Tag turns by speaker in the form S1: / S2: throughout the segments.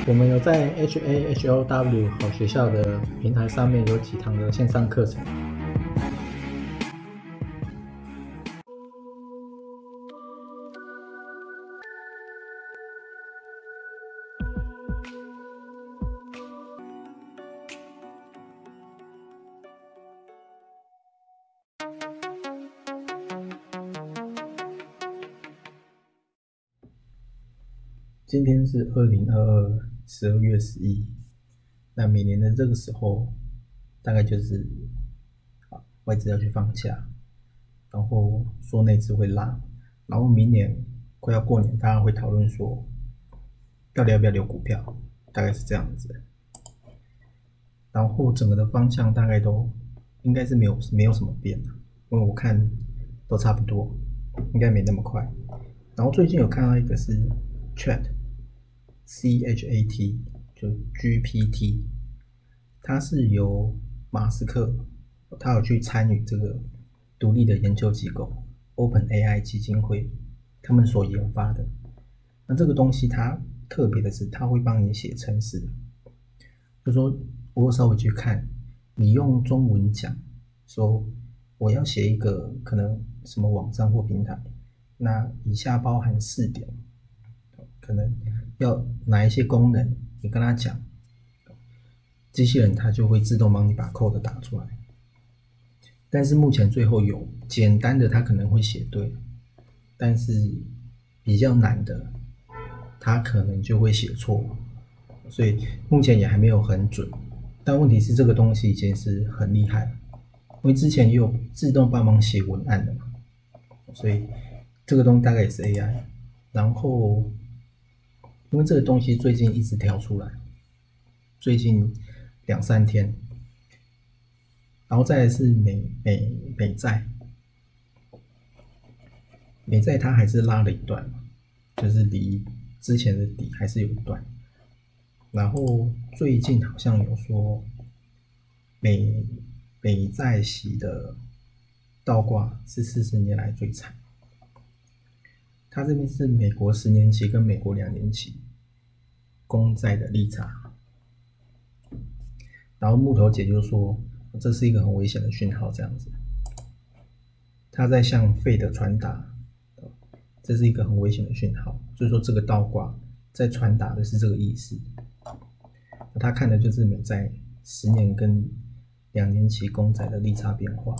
S1: 我们有在 HAHOW 好学校的平台上面有几堂的线上课程。今天是2022-12月11，那每年的这个时候，大概就是外资要去放假，然后说内资会拉，然后明年快要过年，大家会讨论说，到底要不要留股票，大概是这样子。然后整个的方向大概都应该是没有什么变的，因为我看都差不多，应该没那么快。然后最近有看到一个是 CHAT， 就 GPT， 它是由马斯克他有去参与这个独立的研究机构 OpenAI 基金会他们所研发的。那这个东西它特别的是，它会帮你写程式，就说我稍微去看，你用中文讲说我要写一个可能什么网站或平台，那以下包含4点，可能要哪一些功能，你跟他讲，机器人它就会自动帮你把 code 打出来。但是目前最后有简单的它可能会写对，但是比较难的它可能就会写错，所以目前也还没有很准。但问题是这个东西已经是很厉害了，因为之前也有自动帮忙写文案的嘛，所以这个东西大概也是 AI。然后因为这个东西最近一直跳出来，最近2-3天，然后再来是美债它还是拉了一段，就是离之前的底还是有一段。然后最近好像有说美债息的倒挂是40年来最惨。它这边是美国10年期跟美国2年期公债的利差。然后木头姐就说这是一个很危险的讯号，这样子它在向Fed传达，这是一个很危险的讯号，所以说这个倒挂在传达的是这个意思。他看的就是美债10年跟2年期公债的利差变化。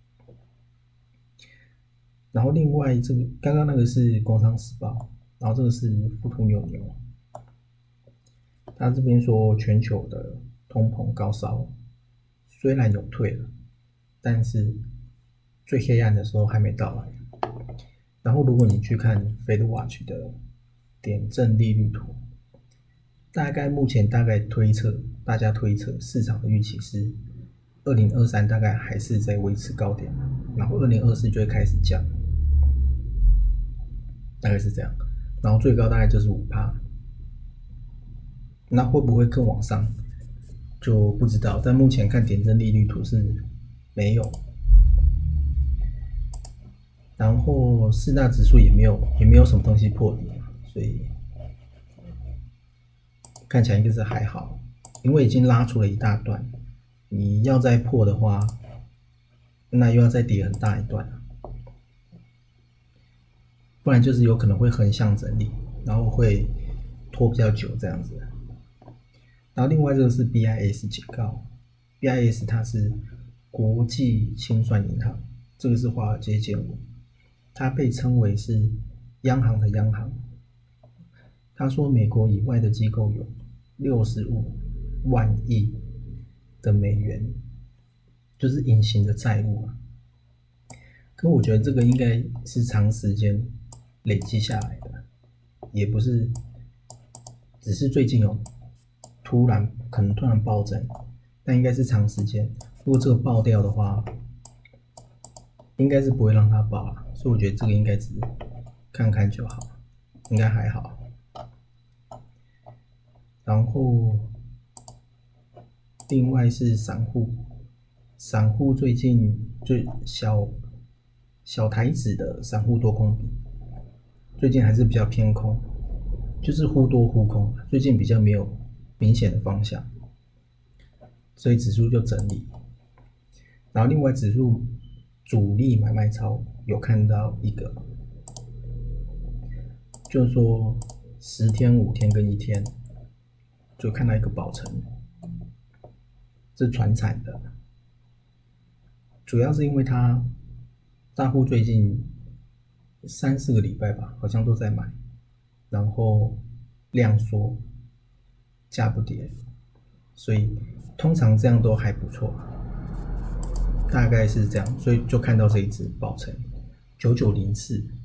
S1: 然后另外这个刚刚那个是工商时报，然后这个是富途牛牛，他这边说全球的通膨高烧虽然有退了，但是最黑暗的时候还没到来。然后如果你去看 FedWatch 的点阵利率图，大家大家推测市场的预期是2023大概还是在维持高点，然后2024就会开始降，大概是这样。然后最高大概就是 5%， 那会不会更往上就不知道，但目前看点阵利率图是没有。然后4大指数也没有什么东西破底，所以看起来应该是还好，因为已经拉出了一大段，你要再破的话，那又要再跌很大一段，不然就是有可能会横向整理，然后会拖比较久这样子。然后另外这个是 BIS 警告， BIS 它是国际清算银行，这个是华尔街见闻，它被称为是央行的央行。他说美国以外的机构有65万亿的美元，就是隐形的债务啊。可我觉得这个应该是长时间累积下来的，也不是只是最近有可能突然暴增，但应该是长时间。如果这个爆掉的话，应该是不会让它爆了，所以我觉得这个应该只是看看就好，应该还好。然后另外是散户最近最小台指的散户多空比最近还是比较偏空， 就是忽多忽空，最近比较没有明显的方向，所以指数就整理。然后另外指数主力买卖超有看到一个，就是说10天、5天跟1天，就看到一个宝成，是传产的，主要是因为它大户最近3、4个礼拜吧，好像都在买，然后量缩，价不跌，所以通常这样都还不错，大概是这样，所以就看到这一只宝成9904，